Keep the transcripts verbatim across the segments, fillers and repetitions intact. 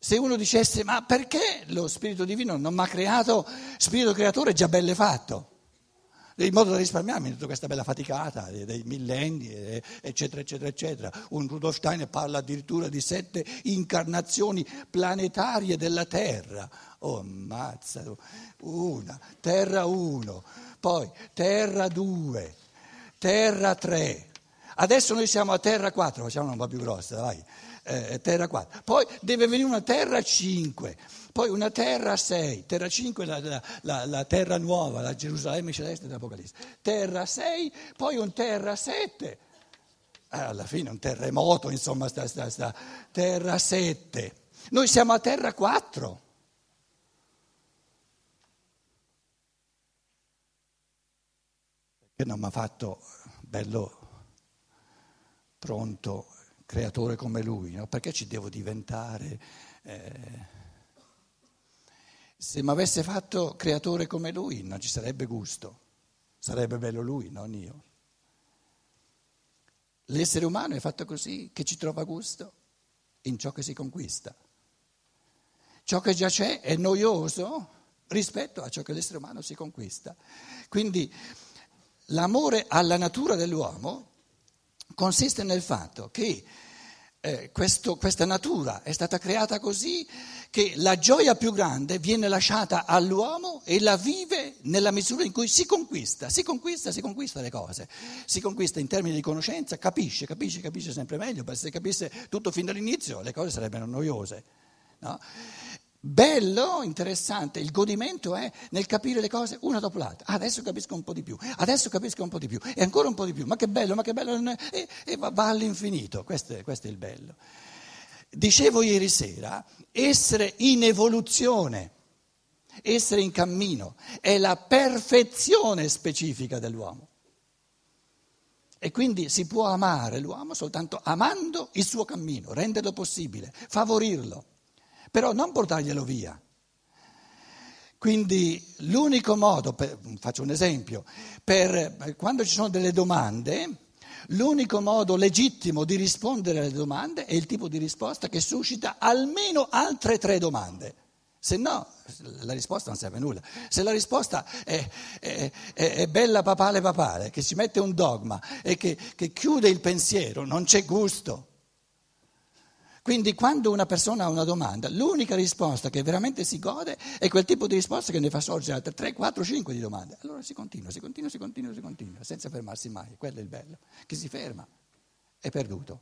se uno dicesse, ma perché lo Spirito Divino non mi ha creato, Spirito Creatore già bello fatto, in modo da risparmiarmi tutta questa bella faticata dei, dei millenni, eccetera, eccetera, eccetera. Un Rudolf Steiner parla addirittura di sette incarnazioni planetarie della Terra. Oh, ammazza, una, Terra uno, poi Terra due, Terra tre. Adesso noi siamo a Terra quattro, facciamola un po' più grossa, vai. Eh, terra quattro, poi deve venire una terra cinque, poi una terra sei, terra cinque la, la, la, la terra nuova, la Gerusalemme celeste dell'Apocalisse, terra sei, poi un terra sette, eh, alla fine un terremoto, insomma, sta, sta, sta, terra sette, noi siamo a terra quattro. Perché non mi ha fatto bello, pronto, creatore come lui, no? Perché ci devo diventare? Eh, se mi avesse fatto creatore come lui non ci sarebbe gusto, sarebbe bello lui, non io. L'essere umano è fatto così che ci trova gusto in ciò che si conquista. Ciò che già c'è è noioso rispetto a ciò che l'essere umano si conquista. Quindi l'amore alla natura dell'uomo consiste nel fatto che eh, questo, questa natura è stata creata così che la gioia più grande viene lasciata all'uomo e la vive nella misura in cui si conquista, si conquista, si conquista le cose, si conquista in termini di conoscenza, capisce, capisce, capisce sempre meglio, perché se capisse tutto fin dall'inizio le cose sarebbero noiose, no? Bello, interessante, il godimento è nel capire le cose una dopo l'altra. Ah, adesso capisco un po' di più, adesso capisco un po' di più, e ancora un po' di più, ma che bello, ma che bello, e, e va, va all'infinito, questo è, questo è il bello. Dicevo ieri sera, essere in evoluzione, essere in cammino, è la perfezione specifica dell'uomo. E quindi si può amare l'uomo soltanto amando il suo cammino, renderlo possibile, favorirlo. Però non portarglielo via. Quindi l'unico modo, per, faccio un esempio, per quando ci sono delle domande, l'unico modo legittimo di rispondere alle domande è il tipo di risposta che suscita almeno altre tre domande. Se no, la risposta non serve a nulla. Se la risposta è, è, è, è bella papale papale, che ci mette un dogma e che, che chiude il pensiero, non c'è gusto. Quindi quando una persona ha una domanda, l'unica risposta che veramente si gode è quel tipo di risposta che ne fa sorgere altre tre, quattro, cinque di domande. Allora si continua, si continua, si continua, si continua, senza fermarsi mai. Quello è il bello. Chi si ferma è perduto.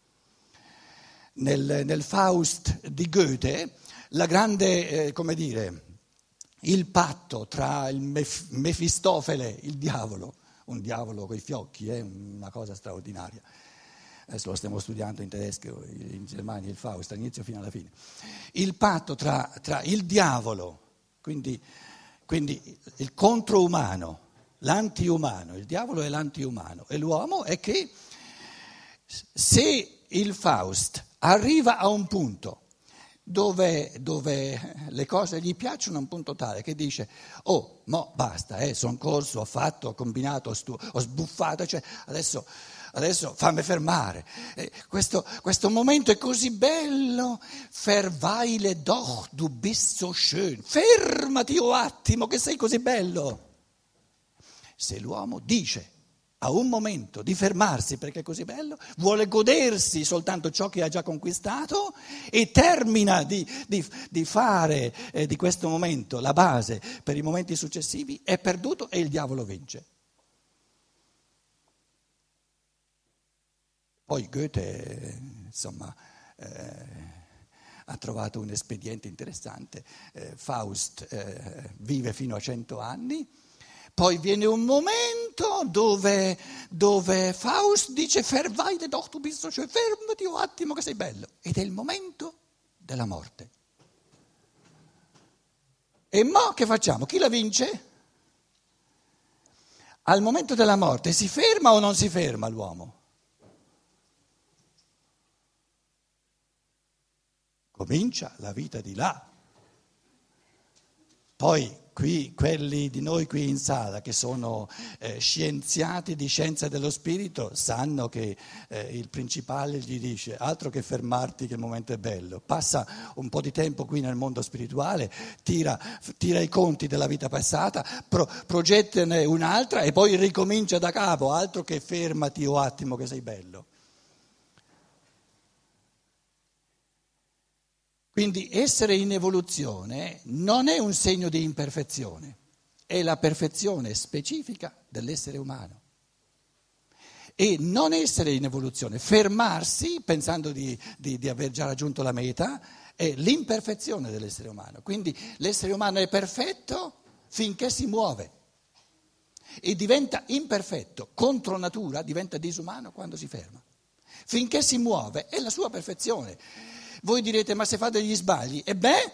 Nel, nel Faust di Goethe, la grande, eh, come dire, il patto tra il Mef- Mefistofele, il diavolo, un diavolo coi fiocchi, è eh, una cosa straordinaria. Adesso lo stiamo studiando in tedesco, in Germania, il Faust, dall'inizio fino alla fine. Il patto tra, tra il diavolo, quindi, quindi il controumano, l'antiumano, il diavolo è l'antiumano, e l'uomo è che se il Faust arriva a un punto dove, dove le cose gli piacciono a un punto tale che dice oh, mo basta, eh, sono corso, ho fatto, ho combinato, ho, stu- ho sbuffato, cioè adesso... Adesso fammi fermare, eh, questo, questo momento è così bello, verweile doch, du bist so schön, fermati un attimo che sei così bello. Se l'uomo dice a un momento di fermarsi perché è così bello, vuole godersi soltanto ciò che ha già conquistato e termina di, di, di fare eh, di questo momento la base per i momenti successivi, è perduto e il diavolo vince. Poi Goethe, insomma, eh, ha trovato un espediente interessante. Eh, Faust eh, vive fino a cento anni, poi viene un momento dove, dove Faust dice «Verweile doch, du bist so schön, fermati un attimo che sei bello». Ed è il momento della morte. E mo che facciamo? Chi la vince? Al momento della morte si ferma o non si ferma l'uomo? Comincia la vita di là, poi qui, quelli di noi qui in sala che sono eh, scienziati di scienza dello spirito sanno che eh, il principale gli dice altro che fermarti che il momento è bello, passa un po' di tempo qui nel mondo spirituale, tira, tira i conti della vita passata, pro, progettane un'altra e poi ricomincia da capo, altro che fermati o attimo che sei bello. Quindi essere in evoluzione non è un segno di imperfezione, è la perfezione specifica dell'essere umano. E non essere in evoluzione, fermarsi pensando di, di, di aver già raggiunto la meta, è l'imperfezione dell'essere umano. Quindi l'essere umano è perfetto finché si muove e diventa imperfetto, contro natura, diventa disumano quando si ferma. Finché si muove è la sua perfezione. Voi direte, ma se fa degli sbagli, e beh,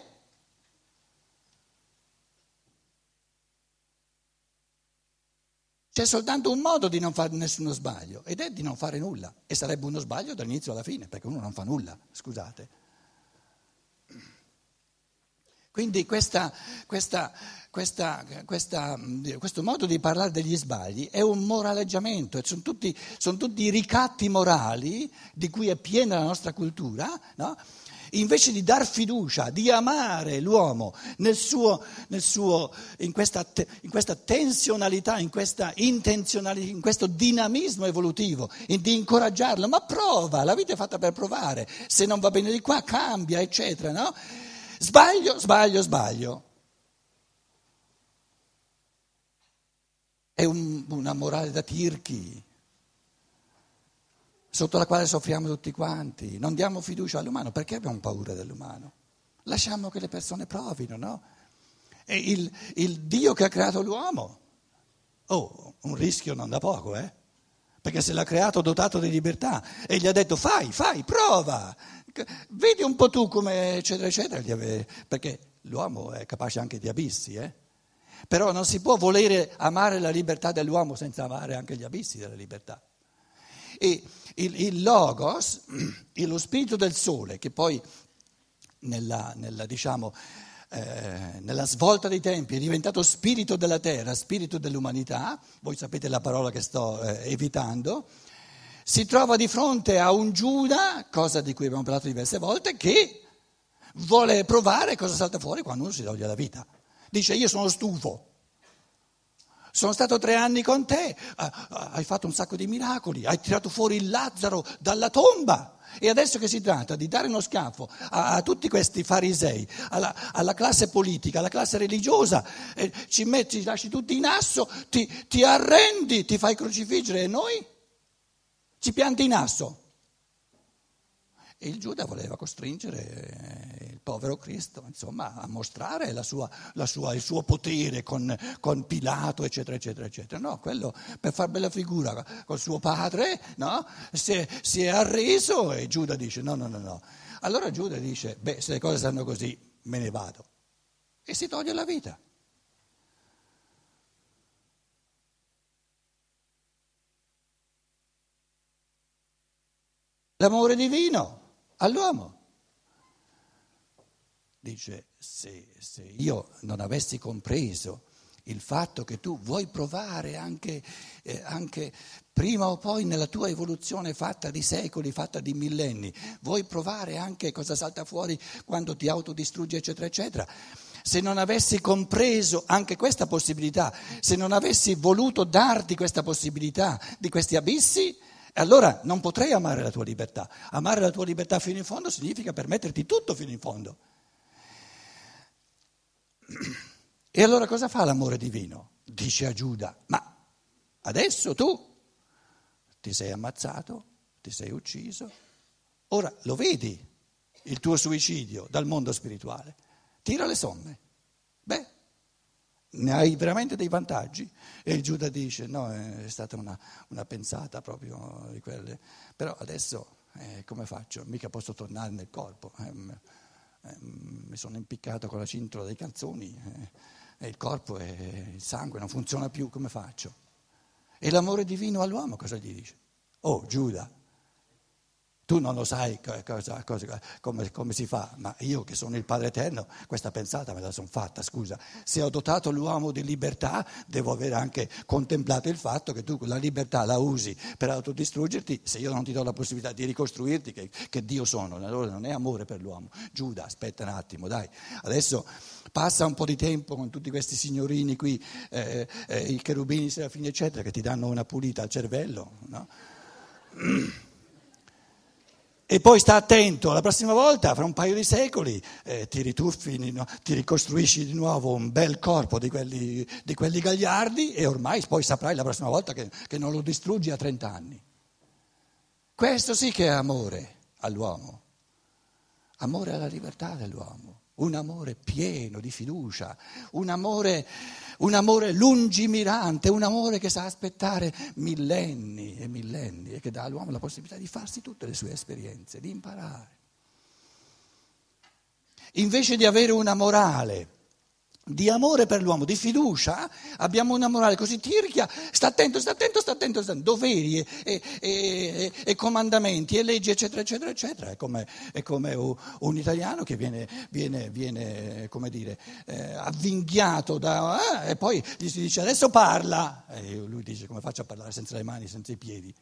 c'è soltanto un modo di non fare nessuno sbaglio, ed è di non fare nulla. E sarebbe uno sbaglio dall'inizio alla fine, perché uno non fa nulla, scusate. Quindi questa, questa, questa, questa, questo modo di parlare degli sbagli è un moraleggiamento, sono tutti, sono tutti ricatti morali di cui è piena la nostra cultura, no? Invece di dar fiducia, di amare l'uomo nel suo, nel suo, in, questa, in questa tensionalità, in questa intenzionalità, in questo dinamismo evolutivo, di incoraggiarlo, ma prova, la vita è fatta per provare, se non va bene di qua cambia, eccetera, no? Sbaglio, sbaglio, sbaglio. È un, una morale da tirchi, sotto la quale soffriamo tutti quanti. Non diamo fiducia all'umano, perché abbiamo paura dell'umano? Lasciamo che le persone provino, no? E il, il Dio che ha creato l'uomo, oh, un rischio non da poco, eh? Perché se l'ha creato dotato di libertà e gli ha detto fai, fai, prova, vedi un po' tu come eccetera eccetera, perché l'uomo è capace anche di abissi, eh? Però non si può volere amare la libertà dell'uomo senza amare anche gli abissi della libertà. E il, il Logos, lo spirito del sole, che poi nella, nella, diciamo, eh, nella svolta dei tempi è diventato spirito della terra, spirito dell'umanità, voi sapete la parola che sto eh, evitando, si trova di fronte a un Giuda, cosa di cui abbiamo parlato diverse volte, che vuole provare cosa salta fuori quando uno si toglie la vita. Dice io sono stufo. Sono stato tre anni con te, hai fatto un sacco di miracoli, hai tirato fuori il Lazzaro dalla tomba e adesso che si tratta di dare uno schiaffo a, a tutti questi farisei, alla, alla classe politica, alla classe religiosa, eh, ci metti, ci lasci tutti in asso, ti, ti arrendi, ti fai crocifiggere e noi ci pianti in asso. E il Giuda voleva costringere il povero Cristo, insomma, a mostrare la sua, la sua, il suo potere con, con Pilato, eccetera, eccetera, eccetera. No, quello per far bella figura col suo padre, no? Si è, si è arreso e Giuda dice no, no, no, no. Allora Giuda dice, beh, se le cose stanno così, me ne vado. E si toglie la vita. L'amore divino all'uomo. Dice, se, se io non avessi compreso il fatto che tu vuoi provare anche, eh, anche prima o poi nella tua evoluzione fatta di secoli, fatta di millenni, vuoi provare anche cosa salta fuori quando ti autodistruggi, eccetera, eccetera. Se non avessi compreso anche questa possibilità, se non avessi voluto darti questa possibilità di questi abissi, allora non potrei amare la tua libertà. Amare la tua libertà fino in fondo significa permetterti tutto fino in fondo. E allora cosa fa l'amore divino? Dice a Giuda, ma adesso tu ti sei ammazzato, ti sei ucciso, ora lo vedi il tuo suicidio dal mondo spirituale, tira le somme. Beh, ne hai veramente dei vantaggi? E il Giuda dice, no, è stata una, una pensata proprio di quelle, però adesso eh, come faccio? Mica posso tornare nel corpo, eh, eh, mi sono impiccato con la cintola dei calzoni eh, e il corpo e il sangue non funziona più, come faccio? E l'amore divino all'uomo cosa gli dice? Oh Giuda, Tu non lo sai cosa, cosa, come, come si fa, ma io che sono il Padre Eterno, questa pensata me la sono fatta, scusa. Se ho dotato l'uomo di libertà, devo aver anche contemplato il fatto che tu la libertà la usi per autodistruggerti, se io non ti do la possibilità di ricostruirti, che, che Dio sono, allora non è amore per l'uomo. Giuda, aspetta un attimo, dai, adesso passa un po' di tempo con tutti questi signorini qui, eh, eh, i cherubini, i serafini, eccetera, che ti danno una pulita al cervello, no? E poi sta attento, la prossima volta, fra un paio di secoli, eh, ti rituffi, no? Ti ricostruisci di nuovo un bel corpo di quelli, di quelli gagliardi e ormai poi saprai la prossima volta che, che non lo distruggi a trenta anni. Questo sì che è amore all'uomo, amore alla libertà dell'uomo, un amore pieno di fiducia, un amore, un amore lungimirante, un amore che sa aspettare millenni e millenni e che dà all'uomo la possibilità di farsi tutte le sue esperienze, di imparare. Invece di avere una morale di amore per l'uomo, di fiducia, abbiamo una morale così tirchia, sta attento, sta attento, sta attento, sta attento, doveri e, e, e, e comandamenti e leggi, eccetera, eccetera, eccetera. È come, è come un italiano che viene, viene, viene come dire, eh, avvinghiato da, eh, e poi gli si dice adesso parla, e lui dice come faccio a parlare senza le mani, senza i piedi?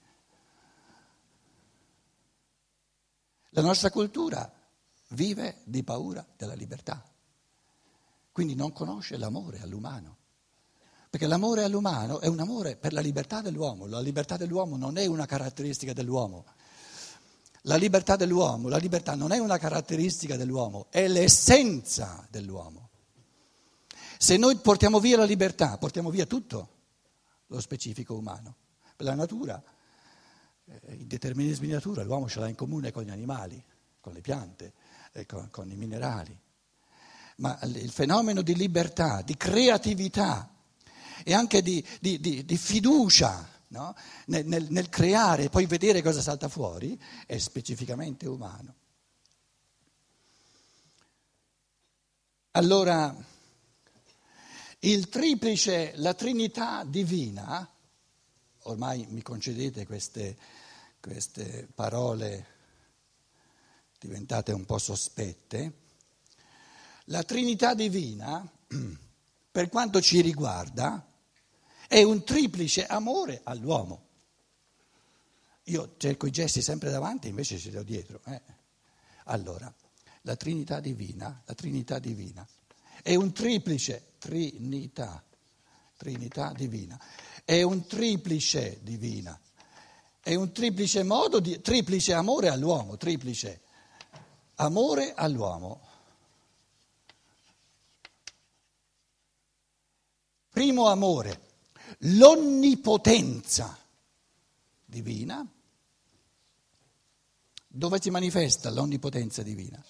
La nostra cultura vive di paura della libertà. Quindi non conosce l'amore all'umano, perché l'amore all'umano è un amore per la libertà dell'uomo, la libertà dell'uomo non è una caratteristica dell'uomo, la libertà dell'uomo, la libertà non è una caratteristica dell'uomo, è l'essenza dell'uomo. Se noi portiamo via la libertà, portiamo via tutto lo specifico umano. Per la natura, eh, i determinismi di natura, l'uomo ce l'ha in comune con gli animali, con le piante, eh, con, con i minerali. Ma il fenomeno di libertà, di creatività e anche di, di, di, di fiducia, no? nel, nel, nel creare e poi vedere cosa salta fuori è specificamente umano. Allora, il triplice, la Trinità divina, ormai mi concedete queste, queste parole diventate un po' sospette. La Trinità divina, per quanto ci riguarda, è un triplice amore all'uomo. Io cerco i gesti sempre davanti, invece ci do dietro. Eh. Allora, la Trinità divina, la Trinità divina è un triplice, Trinità, Trinità divina, è un triplice divina, è un triplice modo di, triplice amore all'uomo, triplice amore all'uomo. Primo amore, l'onnipotenza divina. Dove si manifesta l'onnipotenza divina?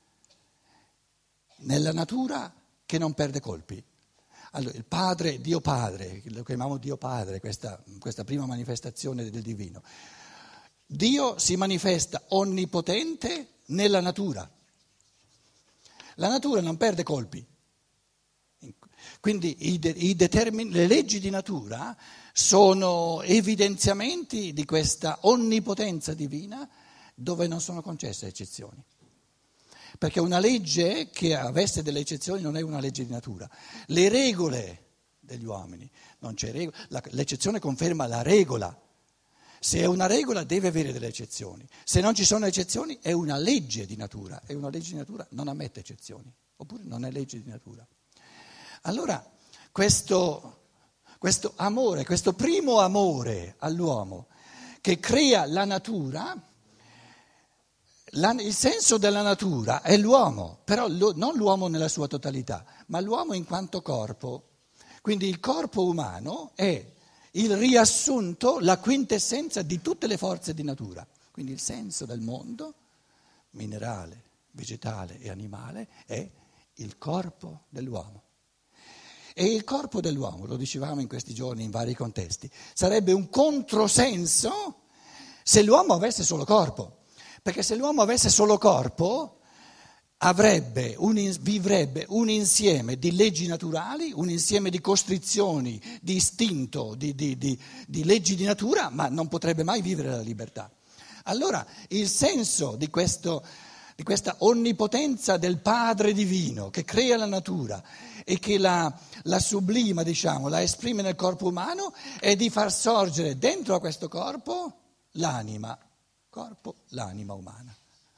Nella natura che non perde colpi. Allora, il Padre, Dio Padre, lo chiamiamo Dio Padre, questa, questa prima manifestazione del divino. Dio si manifesta onnipotente nella natura. La natura non perde colpi. Quindi i de, i determin, le leggi di natura sono evidenziamenti di questa onnipotenza divina dove non sono concesse eccezioni. Perché una legge che avesse delle eccezioni non è una legge di natura. Le regole degli uomini, non c'è regola, la, l'eccezione conferma la regola. Se è una regola deve avere delle eccezioni. Se non ci sono eccezioni è una legge di natura e una legge di natura non ammette eccezioni, oppure non è legge di natura. Allora, questo, questo amore, questo primo amore all'uomo che crea la natura, la, il senso della natura è l'uomo, però lo, non l'uomo nella sua totalità, ma l'uomo in quanto corpo. Quindi il corpo umano è il riassunto, la quintessenza di tutte le forze di natura. Quindi il senso del mondo, minerale, vegetale e animale, è il corpo dell'uomo. E il corpo dell'uomo, lo dicevamo in questi giorni in vari contesti, sarebbe un controsenso se l'uomo avesse solo corpo. Perché se l'uomo avesse solo corpo, avrebbe un, vivrebbe un insieme di leggi naturali, un insieme di costrizioni, di istinto, di, di, di, di leggi di natura, ma non potrebbe mai vivere la libertà. Allora il senso di, questo, di questa onnipotenza del Padre divino che crea la natura e che la, la sublima, diciamo, la esprime nel corpo umano, è di far sorgere dentro a questo corpo l'anima, corpo, l'anima umana.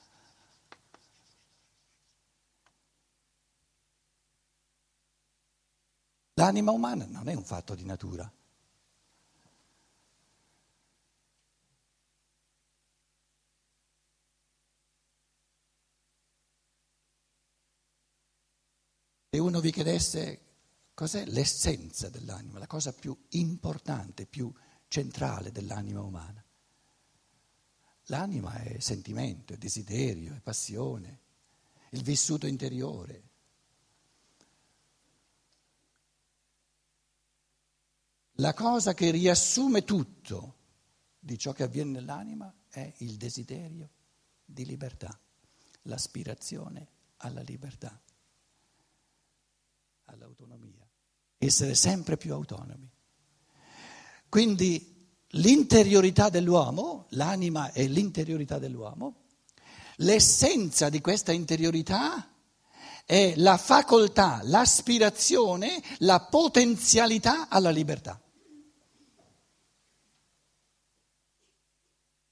L'anima umana non è un fatto di natura. Se uno vi chiedesse cos'è l'essenza dell'anima, la cosa più importante, più centrale dell'anima umana, l'anima è sentimento, è desiderio, è passione, il vissuto interiore. La cosa che riassume tutto di ciò che avviene nell'anima è il desiderio di libertà, l'aspirazione alla libertà, all'autonomia, essere sempre più autonomi. Quindi l'interiorità dell'uomo, l'anima è l'interiorità dell'uomo, l'essenza di questa interiorità è la facoltà, l'aspirazione, la potenzialità alla libertà.